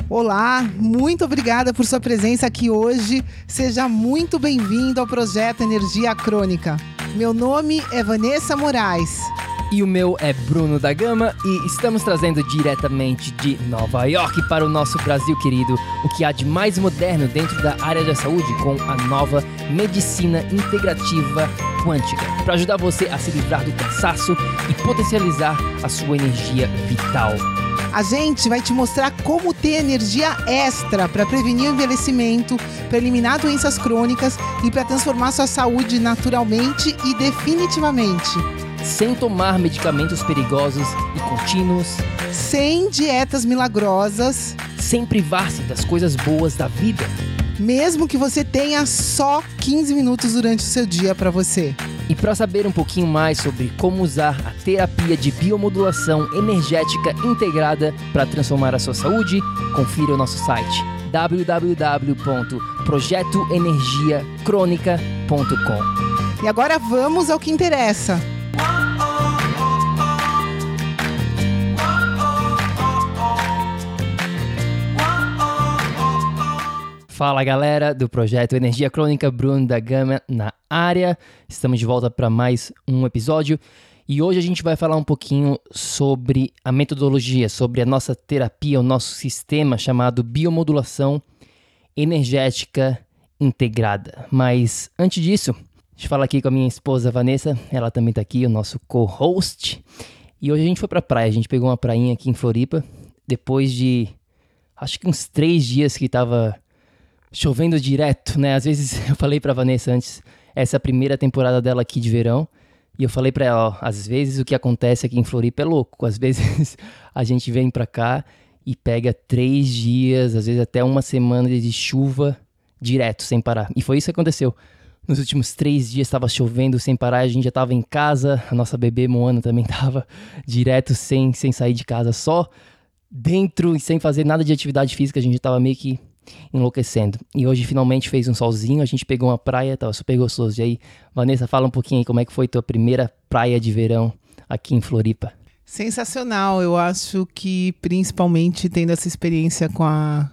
Olá, muito obrigada por sua presença aqui hoje. Seja muito bem-vindo ao Projeto Energia Crônica. Meu nome é Vanessa Moraes. E o meu é Bruno da Gama e estamos trazendo diretamente de Nova York para o nosso Brasil querido o que há de mais moderno dentro da área da saúde com a nova medicina integrativa quântica, para ajudar você a se livrar do cansaço e potencializar a sua energia vital. A gente vai te mostrar como ter energia extra para prevenir o envelhecimento, para eliminar doenças crônicas e para transformar sua saúde naturalmente e definitivamente. Sem tomar medicamentos perigosos e contínuos. Sem dietas milagrosas. Sem privar-se das coisas boas da vida. Mesmo que você tenha só 15 minutos durante o seu dia para você. E para saber um pouquinho mais sobre como usar a terapia de biomodulação energética integrada para transformar a sua saúde, confira o nosso site www.projetoenergiacronica.com. E agora vamos ao que interessa. Fala galera do Projeto Energia Crônica, Bruno da Gama na área. Estamos de volta para mais um episódio e hoje a gente vai falar um pouquinho sobre a metodologia, sobre a nossa terapia, o nosso sistema chamado biomodulação energética integrada. Mas antes disso, deixa eu falar aqui com a minha esposa Vanessa, ela também está aqui, o nosso co-host. E hoje a gente foi para a praia, a gente pegou uma prainha aqui em Floripa, depois de acho que uns 3 dias que estava chovendo direto, né? Às vezes eu falei pra Vanessa antes, essa é a primeira temporada dela aqui de verão, e eu falei pra ela, ó, às vezes o que acontece aqui em Floripa é louco, às vezes a gente vem pra cá e pega 3 dias, às vezes até uma semana de chuva direto, sem parar. E foi isso que aconteceu. Nos últimos 3 dias estava chovendo sem parar, a gente já estava em casa, a nossa bebê Moana também estava direto sem sair de casa, só dentro e sem fazer nada de atividade física, a gente estava meio que enlouquecendo. E hoje finalmente fez um solzinho, a gente pegou uma praia, tava super gostoso. E aí, Vanessa, fala um pouquinho aí como é que foi tua primeira praia de verão aqui em Floripa. Sensacional, eu acho que principalmente tendo essa experiência com a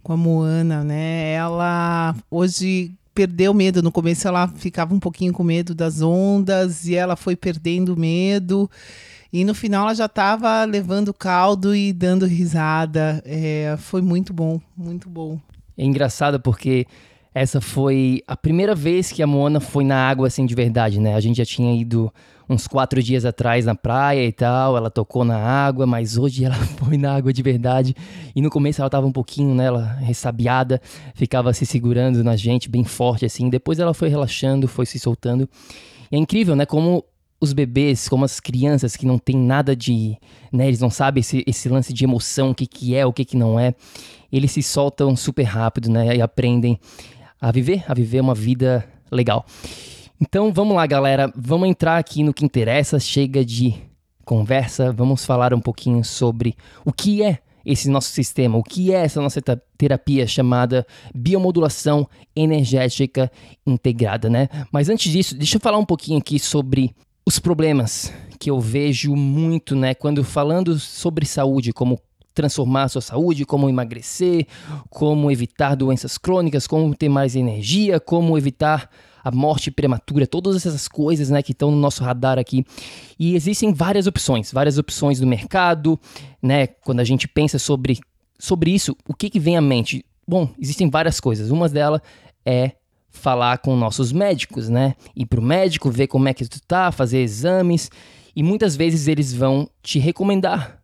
Moana, né? Ela hoje perdeu medo, no começo ela ficava um pouquinho com medo das ondas e ela foi perdendo medo. E no final ela já estava levando caldo e dando risada. Foi muito bom, muito bom. É engraçado porque essa foi a primeira vez que a Moana foi na água assim de verdade, né? A gente já tinha ido uns 4 dias atrás na praia e tal, ela tocou na água, mas hoje ela foi na água de verdade. E no começo ela estava um pouquinho, né, ela ressabiada, ficava se segurando na gente bem forte assim. Depois ela foi relaxando, foi se soltando. E é incrível, né, como os bebês, como as crianças que não tem nada de, né, eles não sabem esse lance de emoção, o que é, o que não é, eles se soltam super rápido, né, e aprendem a viver uma vida legal. Então vamos lá, galera, vamos entrar aqui no que interessa, chega de conversa, vamos falar um pouquinho sobre o que é esse nosso sistema, o que é essa nossa terapia chamada biomodulação energética integrada, né? Mas antes disso, deixa eu falar um pouquinho aqui sobre os problemas que eu vejo muito, né, quando falando sobre saúde, como transformar a sua saúde, como emagrecer, como evitar doenças crônicas, como ter mais energia, como evitar a morte prematura, todas essas coisas, né, que estão no nosso radar aqui. E existem várias opções no mercado, né, quando a gente pensa sobre isso, o que vem à mente? Bom, existem várias coisas, uma delas é falar com nossos médicos, né? Ir pro médico, ver como é que tu tá, fazer exames. E muitas vezes eles vão te recomendar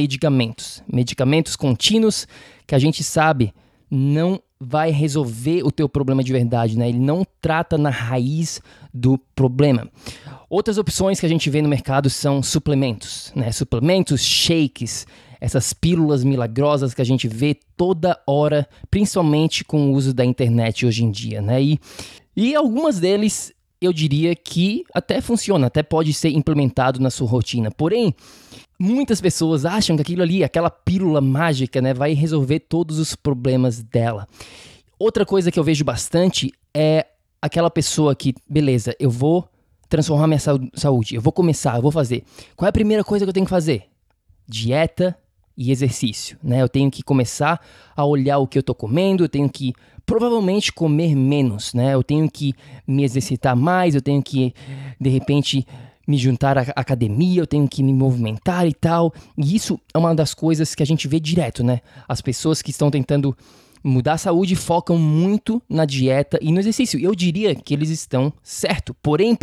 medicamentos contínuos que a gente sabe não vai resolver o teu problema de verdade, né? Ele não trata na raiz do problema. Outras opções que a gente vê no mercado são suplementos, né? Suplementos, shakes, essas pílulas milagrosas que a gente vê toda hora, principalmente com o uso da internet hoje em dia, né? E algumas deles eu diria que até funciona, até pode ser implementado na sua rotina. Porém, muitas pessoas acham que aquilo ali, aquela pílula mágica, né, vai resolver todos os problemas dela. Outra coisa que eu vejo bastante é aquela pessoa que, beleza, eu vou transformar minha saúde, eu vou começar, eu vou fazer. Qual é a primeira coisa que eu tenho que fazer? Dieta e exercício, né? Eu tenho que começar a olhar o que eu tô comendo, eu tenho que provavelmente comer menos, né? Eu tenho que me exercitar mais, eu tenho que, de repente, me juntar à academia, eu tenho que me movimentar e tal. E isso é uma das coisas que a gente vê direto, né? As pessoas que estão tentando mudar a saúde focam muito na dieta e no exercício. Eu diria que eles estão certo. Porém,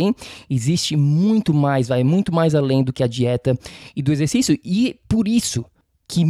existe muito mais, vai muito mais além do que a dieta e do exercício. E por isso que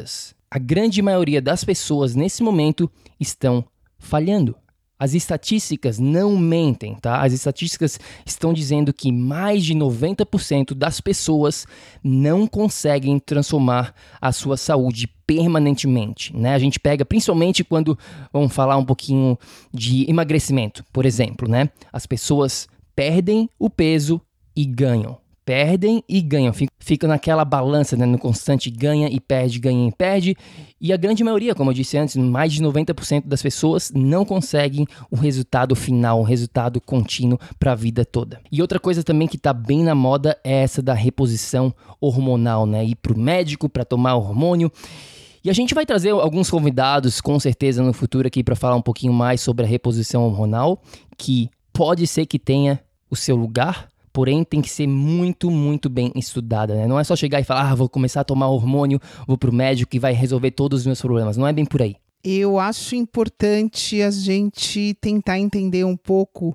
a grande maioria das pessoas nesse momento estão falhando. As estatísticas não mentem, tá? As estatísticas estão dizendo que mais de 90% das pessoas não conseguem transformar a sua saúde permanentemente, né? A gente pega, principalmente quando vamos falar um pouquinho de emagrecimento, por exemplo, né? As pessoas perdem o peso e ganham. Perdem e ganham, fica naquela balança, né, no constante ganha e perde, e a grande maioria, como eu disse antes, mais de 90% das pessoas não conseguem o resultado final, o resultado contínuo para a vida toda. E outra coisa também que está bem na moda é essa da reposição hormonal, né, ir para o médico para tomar hormônio. E a gente vai trazer alguns convidados, com certeza, no futuro aqui para falar um pouquinho mais sobre a reposição hormonal, que pode ser que tenha o seu lugar, porém tem que ser muito, muito bem estudada, né? Não é só chegar e falar, vou começar a tomar hormônio, vou pro médico e vai resolver todos os meus problemas. Não é bem por aí. Eu acho importante a gente tentar entender um pouco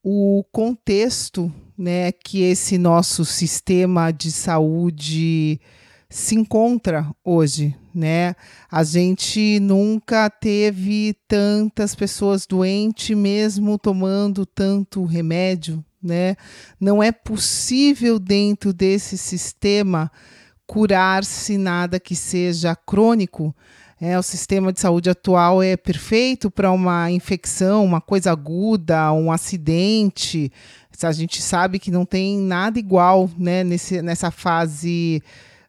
o contexto, né, que esse nosso sistema de saúde se encontra hoje, né? A gente nunca teve tantas pessoas doentes mesmo tomando tanto remédio, né? Não é possível dentro desse sistema curar-se nada que seja crônico. O sistema de saúde atual é perfeito para uma infecção, uma coisa aguda, um acidente. A gente sabe que não tem nada igual, né, nessa fase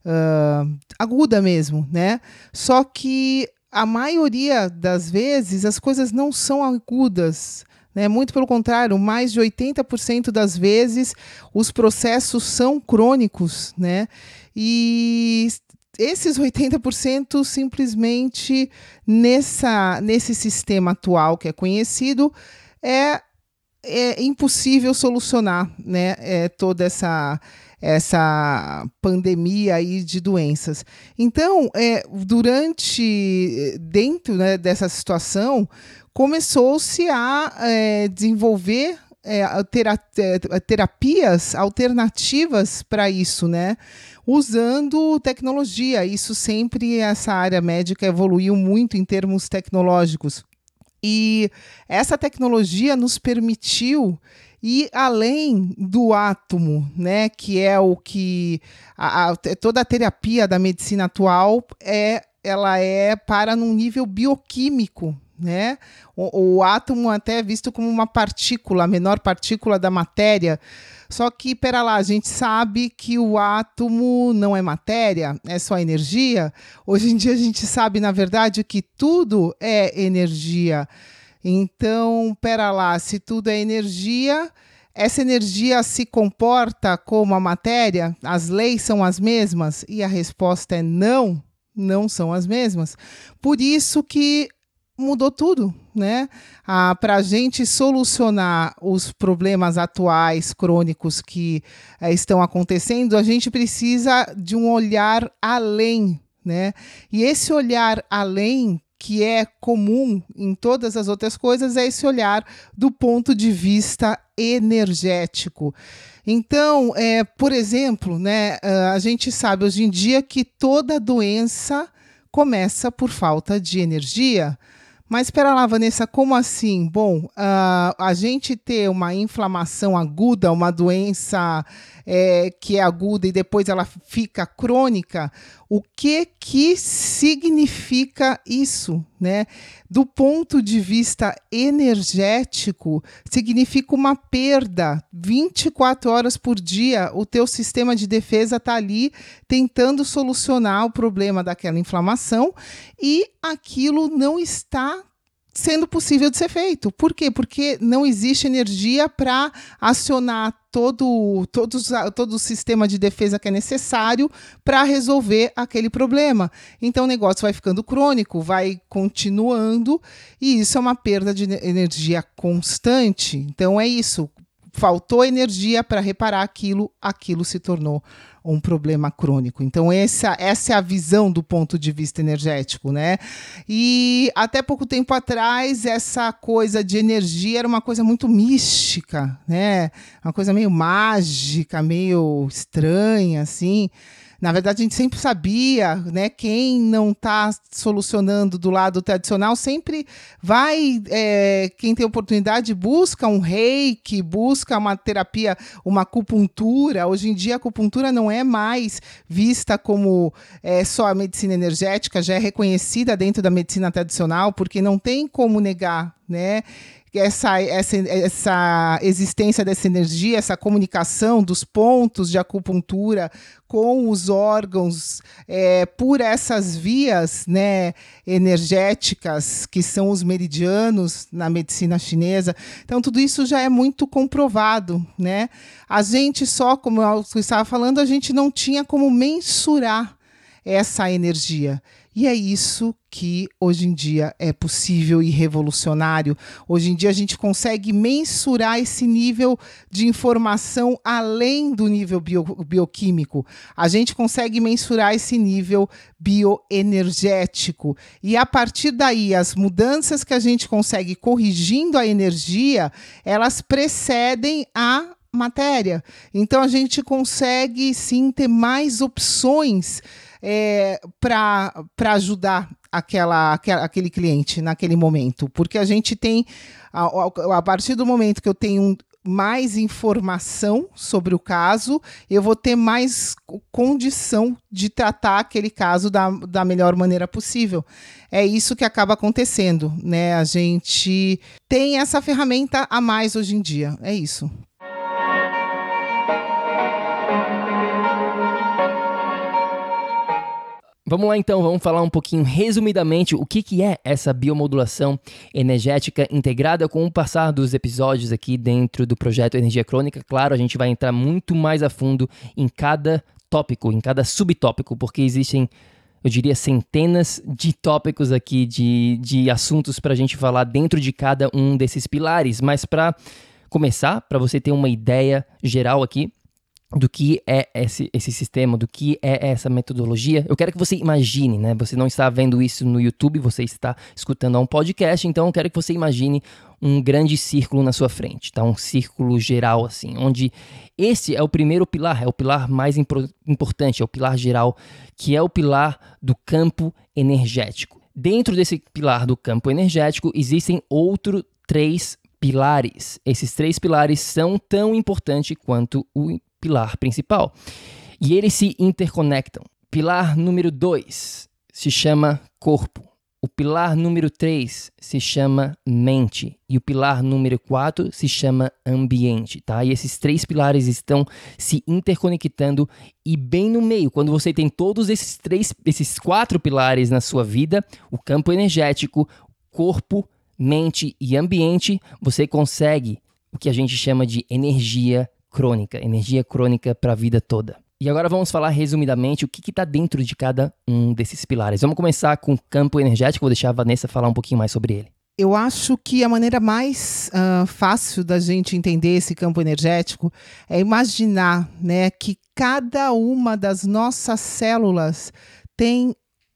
aguda mesmo, né? Só que a maioria das vezes as coisas não são agudas, né? Muito pelo contrário, mais de 80% das vezes os processos são crônicos, né? E esses 80% simplesmente nesse sistema atual que é conhecido é impossível solucionar, né? Toda essa pandemia aí de doenças. Então, dentro, né, dessa situação, começou-se a desenvolver terapias alternativas para isso, né? Usando tecnologia. Isso sempre, essa área médica evoluiu muito em termos tecnológicos. E essa tecnologia nos permitiu ir além do átomo, né, que é o que toda a terapia da medicina atual ela é para num nível bioquímico, né? O átomo até é visto como uma partícula, a menor partícula da matéria. Só que, pera lá, a gente sabe que o átomo não é matéria, é só energia. Hoje em dia a gente sabe, na verdade, que tudo é energia. Então, pera lá, se tudo é energia, essa energia se comporta como a matéria? As leis são as mesmas? E a resposta é não, não são as mesmas. Por isso que mudou tudo, né? Para a gente solucionar os problemas atuais, crônicos que estão acontecendo, a gente precisa de um olhar além, né? E esse olhar além, que é comum em todas as outras coisas, é esse olhar do ponto de vista energético. Então, por exemplo, né, a gente sabe hoje em dia que toda doença começa por falta de energia. Mas espera lá, Vanessa, como assim? Bom, a gente ter uma inflamação aguda, uma doença que é aguda e depois ela fica crônica, o que significa isso, né? Do ponto de vista energético, significa uma perda. 24 horas por dia, o teu sistema de defesa está ali tentando solucionar o problema daquela inflamação e aquilo não está sendo possível de ser feito. Por quê? Porque não existe energia para acionar todo o sistema de defesa que é necessário para resolver aquele problema. Então o negócio vai ficando crônico, vai continuando, e isso é uma perda de energia constante. Então é isso. Faltou energia para reparar aquilo se tornou um problema crônico. Então, essa é a visão do ponto de vista energético, né? E até pouco tempo atrás, essa coisa de energia era uma coisa muito mística, né? Uma coisa meio mágica, meio estranha, assim. Na verdade, a gente sempre sabia, né? Quem não está solucionando do lado tradicional sempre vai, quem tem oportunidade, busca um reiki, busca uma terapia, uma acupuntura. Hoje em dia, a acupuntura não é mais vista como só a medicina energética, já é reconhecida dentro da medicina tradicional, porque não tem como negar, né? Essa existência dessa energia, essa comunicação dos pontos de acupuntura com os órgãos por essas vias, né, energéticas, que são os meridianos na medicina chinesa. Então, tudo isso já é muito comprovado, né? A gente só, como eu estava falando, a gente não tinha como mensurar essa energia. E é isso que hoje em dia é possível e revolucionário. Hoje em dia a gente consegue mensurar esse nível de informação além do nível bioquímico. A gente consegue mensurar esse nível bioenergético. E a partir daí, as mudanças que a gente consegue corrigindo a energia, elas precedem a matéria. Então a gente consegue sim ter mais opções para ajudar aquele cliente naquele momento, porque a gente tem, a partir do momento que eu tenho mais informação sobre o caso, eu vou ter mais condição de tratar aquele caso da melhor maneira possível. É isso que acaba acontecendo, né? A gente tem essa ferramenta a mais hoje em dia, é isso. Vamos lá então, vamos falar um pouquinho resumidamente o que é essa biomodulação energética integrada. Com o passar dos episódios aqui dentro do projeto Energia Crônica. Claro, a gente vai entrar muito mais a fundo em cada tópico, em cada subtópico, porque existem, eu diria, centenas de tópicos aqui, de assuntos para a gente falar dentro de cada um desses pilares. Mas para começar, para você ter uma ideia geral aqui, do que é esse sistema, do que é essa metodologia, eu quero que você imagine, né? Você não está vendo isso no YouTube, você está escutando a um podcast, então eu quero que você imagine um grande círculo na sua frente, tá? Um círculo geral, assim, onde esse é o primeiro pilar, é o pilar mais importante, é o pilar geral, que é o pilar do campo energético. Dentro desse pilar do campo energético, existem outros 3 pilares. Esses 3 pilares são tão importantes quanto o pilar principal. E eles se interconectam. Pilar número 2 se chama corpo. O pilar número 3 se chama mente. E o pilar número 4 se chama ambiente, tá? E esses 3 pilares estão se interconectando e bem no meio, quando você tem todos esses 4 pilares na sua vida, o campo energético, corpo, mente e ambiente, você consegue o que a gente chama de energia crônica para a vida toda. E agora vamos falar resumidamente o que está dentro de cada um desses pilares. Vamos começar com o campo energético, vou deixar a Vanessa falar um pouquinho mais sobre ele. Eu acho que a maneira mais fácil da gente entender esse campo energético é imaginar, né, que cada uma das nossas células tem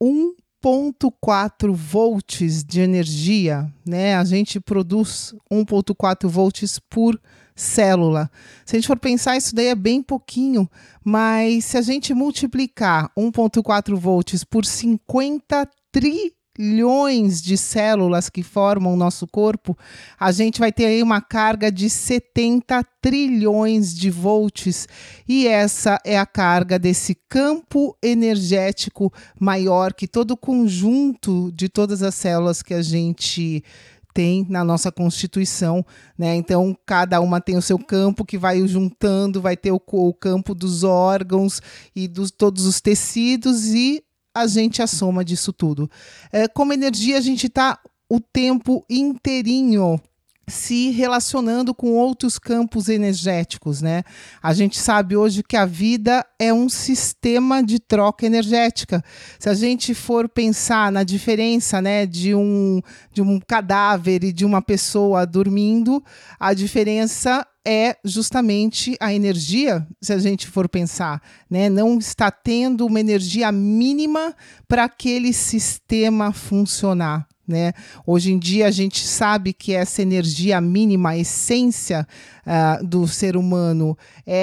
1,4 volts de energia, né? A gente produz 1,4 volts por célula. Se a gente for pensar, isso daí é bem pouquinho, mas se a gente multiplicar 1,4 volts por 50 trilhões de células que formam o nosso corpo, a gente vai ter aí uma carga de 70 trilhões de volts, e essa é a carga desse campo energético maior que todo o conjunto de todas as células que a gente tem na nossa Constituição, né? Então, cada uma tem o seu campo que vai juntando, vai ter o campo dos órgãos e todos os tecidos, e a gente é a soma disso tudo. Como energia, a gente está o tempo inteirinho se relacionando com outros campos energéticos, né? A gente sabe hoje que a vida é um sistema de troca energética. Se a gente for pensar na diferença, né, de um cadáver e de uma pessoa dormindo, a diferença é justamente a energia, se a gente for pensar, né? Não está tendo uma energia mínima para aquele sistema funcionar, né? Hoje em dia a gente sabe que essa energia mínima, a essência do ser humano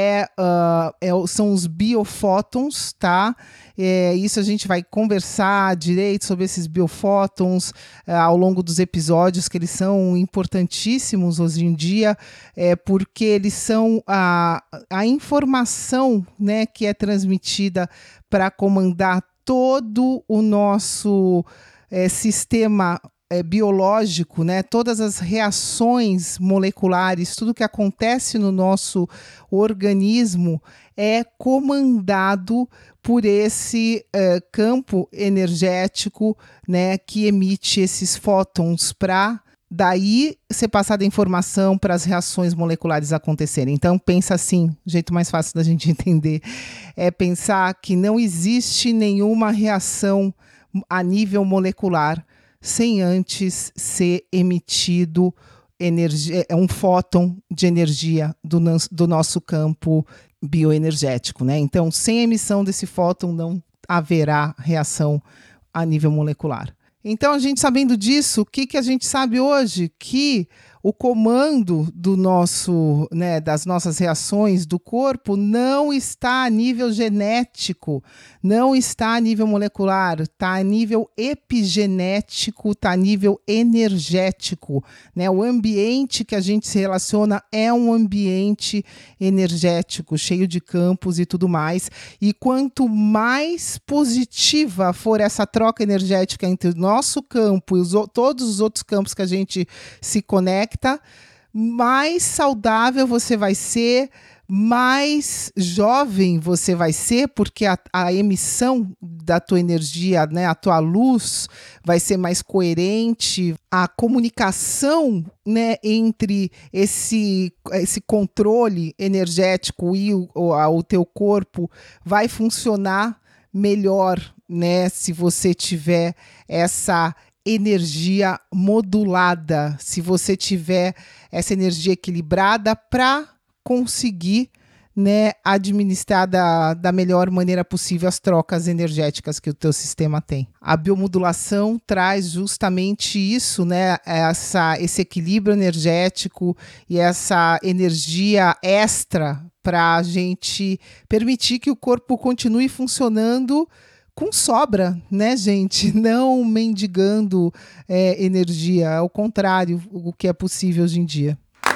são os biofótons, tá? Isso a gente vai conversar direito sobre esses biofótons ao longo dos episódios, que eles são importantíssimos hoje em dia, porque eles são a informação, né, que é transmitida para comandar todo o nosso sistema biológico, né? Todas as reações moleculares, tudo que acontece no nosso organismo é comandado por esse campo energético, né, que emite esses fótons para daí ser passada a informação para as reações moleculares acontecerem. Então pensa assim, o jeito mais fácil da gente entender é pensar que não existe nenhuma reação a nível molecular sem antes ser emitido um fóton de energia do nosso campo bioenergético, né? Então, sem a emissão desse fóton, não haverá reação a nível molecular. Então, a gente sabendo disso, o que a gente sabe hoje? Que o comando do nosso, né, das nossas reações do corpo não está a nível genético, não está a nível molecular, está a nível epigenético, está a nível energético, né? O ambiente que a gente se relaciona é um ambiente energético, cheio de campos e tudo mais. E quanto mais positiva for essa troca energética entre o nosso campo e todos os outros campos que a gente se conecta, mais saudável você vai ser, mais jovem você vai ser, porque a emissão da tua energia, né, a tua luz vai ser mais coerente, a comunicação, né, entre esse controle energético e o teu corpo vai funcionar melhor, né, se você tiver essa energia modulada, se você tiver essa energia equilibrada para conseguir, né, administrar da melhor maneira possível as trocas energéticas que o teu sistema tem. A biomodulação traz justamente isso, né, esse equilíbrio energético e essa energia extra para a gente permitir que o corpo continue funcionando com sobra, né, gente? Não mendigando energia, ao contrário, o que é possível hoje em dia.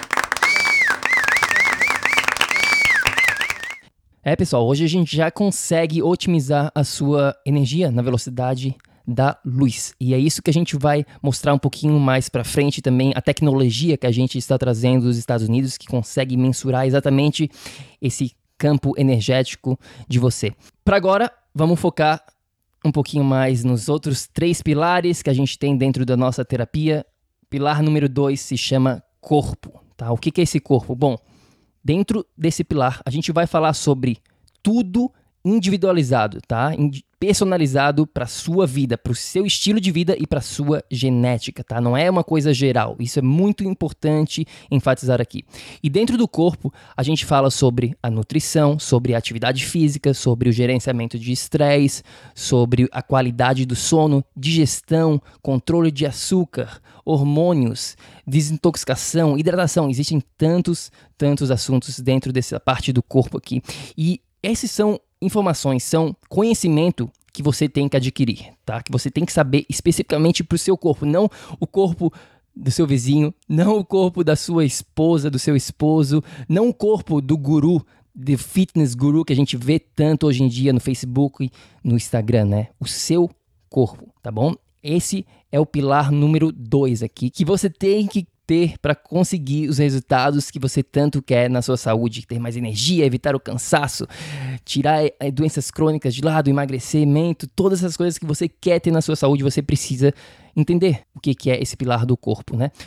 Pessoal, hoje a gente já consegue otimizar a sua energia na velocidade da luz. E é isso que a gente vai mostrar um pouquinho mais para frente também, a tecnologia que a gente está trazendo dos Estados Unidos, que consegue mensurar exatamente esse campo energético de você. Para agora, vamos focar um pouquinho mais nos outros 3 pilares que a gente tem dentro da nossa terapia. Pilar número 2 se chama corpo, tá? O que é esse corpo? Bom, dentro desse pilar a gente vai falar sobre tudo individualizado, tá? Personalizado para sua vida, para o seu estilo de vida e para sua genética, tá? Não é uma coisa geral. Isso é muito importante enfatizar aqui. E dentro do corpo, a gente fala sobre a nutrição, sobre a atividade física, sobre o gerenciamento de estresse, sobre a qualidade do sono, digestão, controle de açúcar, hormônios, desintoxicação, hidratação. Existem tantos assuntos dentro dessa parte do corpo aqui. E esses são informações, são conhecimento que você tem que adquirir, tá? Que você tem que saber especificamente para o seu corpo, não o corpo do seu vizinho, não o corpo da sua esposa, do seu esposo, não o corpo do guru, do fitness guru que a gente vê tanto hoje em dia no Facebook e no Instagram, né? O seu corpo, tá bom? Esse é o pilar número 2 aqui, que você tem que ter para conseguir os resultados que você tanto quer na sua saúde, ter mais energia, evitar o cansaço, tirar doenças crônicas de lado, emagrecimento, todas essas coisas que você quer ter na sua saúde, você precisa entender o que é esse pilar do corpo, né?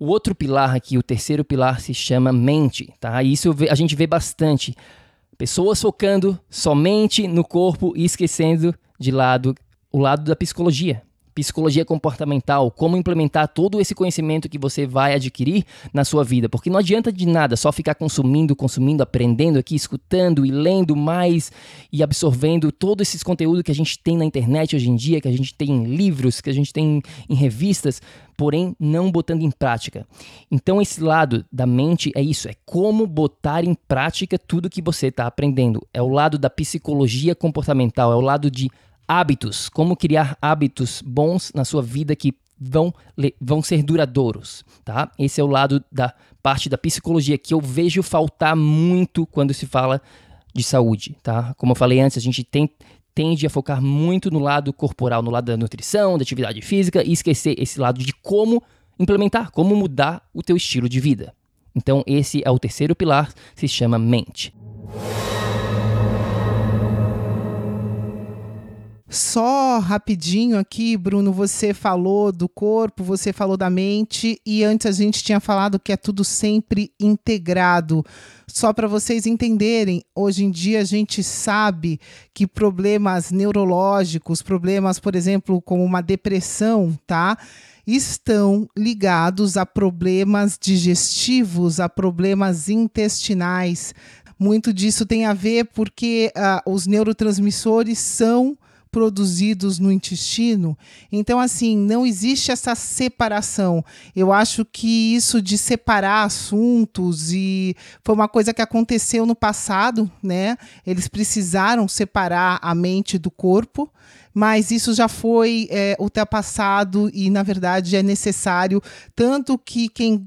O outro pilar aqui, o terceiro pilar, se chama mente, tá? E isso a gente vê bastante. Pessoas focando somente no corpo e esquecendo de lado o lado da psicologia. Psicologia comportamental, como implementar todo esse conhecimento que você vai adquirir na sua vida. Porque não adianta de nada só ficar consumindo, aprendendo aqui, escutando e lendo mais e absorvendo todo esse conteúdo que a gente tem na internet hoje em dia, que a gente tem em livros, que a gente tem em revistas, porém não botando em prática. Então esse lado da mente é isso, é como botar em prática tudo que você está aprendendo. É o lado da psicologia comportamental, é o lado de hábitos, como criar hábitos bons na sua vida que vão ser duradouros, tá? Esse é o lado da parte da psicologia que eu vejo faltar muito quando se fala de saúde, tá? Como eu falei antes, a gente tende a focar muito no lado corporal, no lado da nutrição, da atividade física e esquecer esse lado de como implementar, como mudar o teu estilo de vida. Então esse é o terceiro pilar, se chama mente. Só rapidinho aqui, Bruno, você falou do corpo, você falou da mente e antes a gente tinha falado que é tudo sempre integrado. Só para vocês entenderem, hoje em dia a gente sabe que problemas neurológicos, problemas, por exemplo, como uma depressão, tá? Estão ligados a problemas digestivos, a problemas intestinais. Muito disso tem a ver porque os neurotransmissores são produzidos no intestino. Então, assim, não existe essa separação. Eu acho que isso de separar assuntos e foi uma coisa que aconteceu no passado, né? Eles precisaram separar a mente do corpo, mas isso já foi ultrapassado e, na verdade, é necessário. Tanto que quem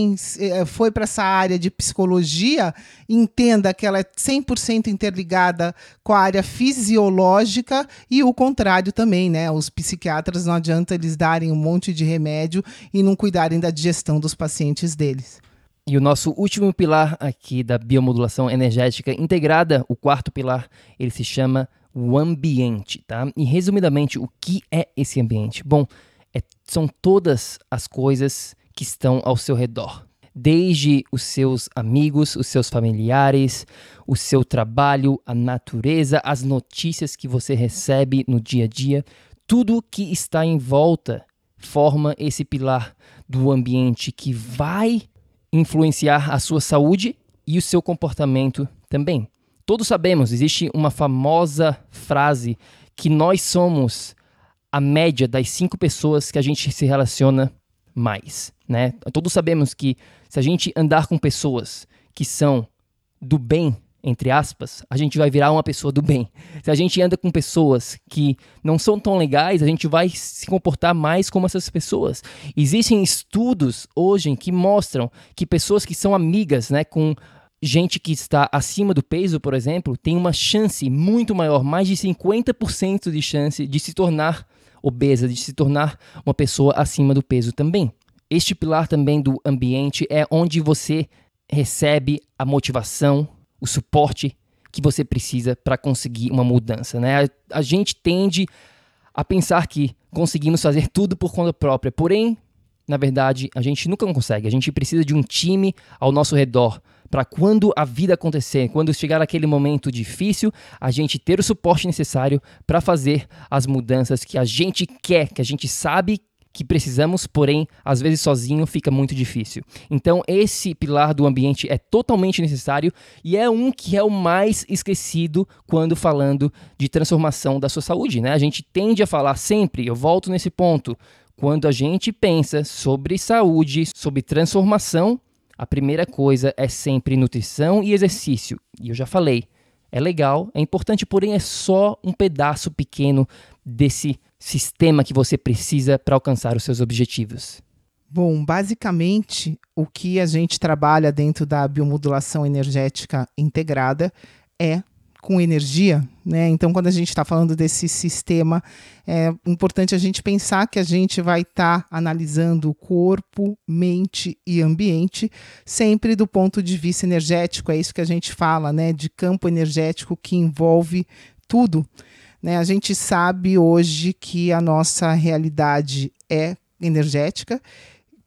foi para essa área de psicologia entenda que ela é 100% interligada com a área fisiológica e o contrário também, né? Os psiquiatras não adianta eles darem um monte de remédio e não cuidarem da digestão dos pacientes deles. E o nosso último pilar aqui da biomodulação energética integrada, o quarto pilar, ele se chama o ambiente, tá? E resumidamente, o que é esse ambiente? Bom, são todas as coisas que estão ao seu redor. Desde os seus amigos, os seus familiares, o seu trabalho, a natureza, as notícias que você recebe no dia a dia, tudo que está em volta forma esse pilar do ambiente que vai influenciar a sua saúde e o seu comportamento também. Todos sabemos, existe uma famosa frase que nós somos a média das 5 pessoas que a gente se relaciona mais, né? Todos sabemos que se a gente andar com pessoas que são do bem, entre aspas, a gente vai virar uma pessoa do bem. Se a gente anda com pessoas que não são tão legais, a gente vai se comportar mais como essas pessoas. Existem estudos hoje que mostram que pessoas que são amigas, né, com gente que está acima do peso, por exemplo, tem uma chance muito maior, mais de 50% de chance de se tornar obesa, de se tornar uma pessoa acima do peso também. Este pilar também do ambiente é onde você recebe a motivação, o suporte que você precisa para conseguir uma mudança, né? A gente tende a pensar que conseguimos fazer tudo por conta própria, porém, na verdade, a gente nunca consegue. A gente precisa de um time ao nosso redor para quando a vida acontecer, quando chegar aquele momento difícil, a gente ter o suporte necessário para fazer as mudanças que a gente quer, que a gente sabe que precisamos, porém, às vezes sozinho fica muito difícil. Então, esse pilar do ambiente é totalmente necessário e é um que é o mais esquecido quando falando de transformação da sua saúde, né? A gente tende a falar sempre, eu volto nesse ponto, quando a gente pensa sobre saúde, sobre transformação, a primeira coisa é sempre nutrição e exercício. E eu já falei, é legal, é importante, porém é só um pedaço pequeno desse sistema que você precisa para alcançar os seus objetivos. Bom, basicamente, o que a gente trabalha dentro da biomodulação energética integrada é com energia, né? Então, quando a gente está falando desse sistema, é importante a gente pensar que a gente vai estar analisando o corpo, mente e ambiente, sempre do ponto de vista energético. É isso que a gente fala, né? De campo energético que envolve tudo, né? A gente sabe hoje que a nossa realidade é energética.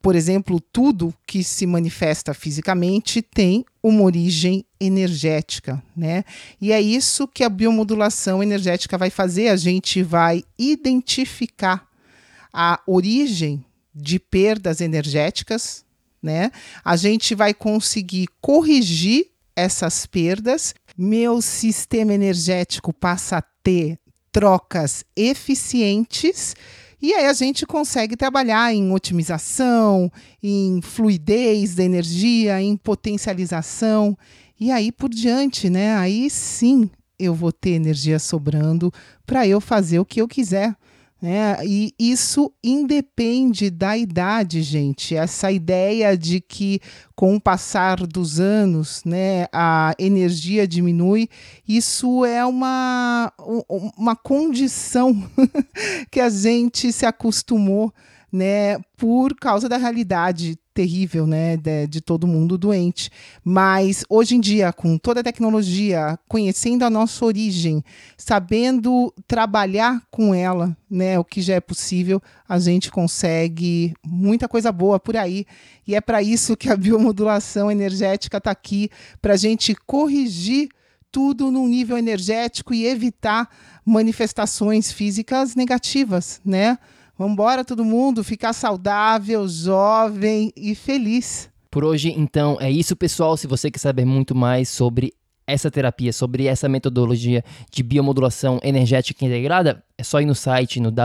por exemplo, tudo que se manifesta fisicamente tem uma origem energética, né? E é isso que a biomodulação energética vai fazer. A gente vai identificar a origem de perdas energéticas, né? A gente vai conseguir corrigir essas perdas. Meu sistema energético passa a ter trocas eficientes. E aí a gente consegue trabalhar em otimização, em fluidez da energia, em potencialização e aí por diante, né? Aí sim eu vou ter energia sobrando para eu fazer o que eu quiser, né? E isso independe da idade, gente. Essa ideia de que com o passar dos anos, né, a energia diminui, isso é uma condição que a gente se acostumou, né, por causa da realidade terrível, né, de todo mundo doente. Mas hoje em dia, com toda a tecnologia, conhecendo a nossa origem, sabendo trabalhar com ela, né, o que já é possível, a gente consegue muita coisa boa por aí. E é para isso que a biomodulação energética está aqui, para a gente corrigir tudo no nível energético e evitar manifestações físicas negativas, né? Vamos embora todo mundo ficar saudável, jovem e feliz. Por hoje, então, é isso, pessoal. Se você quer saber muito mais sobre essa terapia, sobre essa metodologia de biomodulação energética integrada, é só ir no site, no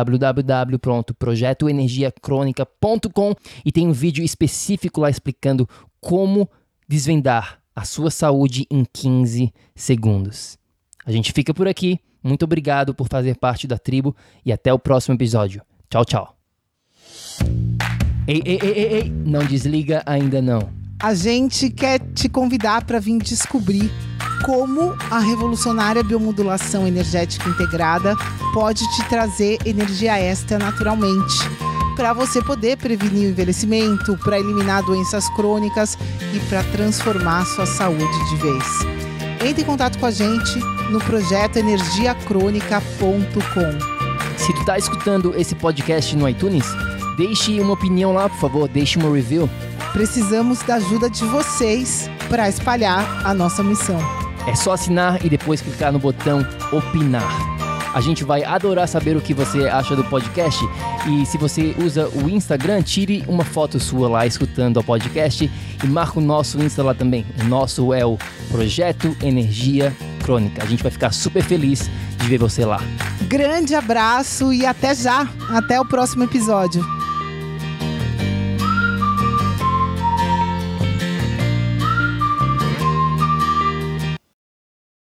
www.projetoenergiacronica.com, e tem um vídeo específico lá explicando como desvendar a sua saúde em 15 segundos. A gente fica por aqui. Muito obrigado por fazer parte da tribo e até o próximo episódio. Tchau, tchau. Ei, não desliga ainda não. A gente quer te convidar para vir descobrir como a revolucionária biomodulação energética integrada pode te trazer energia extra naturalmente, para você poder prevenir o envelhecimento, para eliminar doenças crônicas e para transformar sua saúde de vez. Entre em contato com a gente no projetoenergiacronica.com. Se tu tá escutando esse podcast no iTunes, deixe uma opinião lá, por favor, deixe uma review. Precisamos da ajuda de vocês para espalhar a nossa missão. É só assinar e depois clicar no botão opinar. A gente vai adorar saber o que você acha do podcast, e se você usa o Instagram, tire uma foto sua lá escutando o podcast e marca o nosso Insta lá também. O nosso é o Projeto Energia Crônica. A gente vai ficar super feliz de ver você lá. Grande abraço e até já! Até o próximo episódio.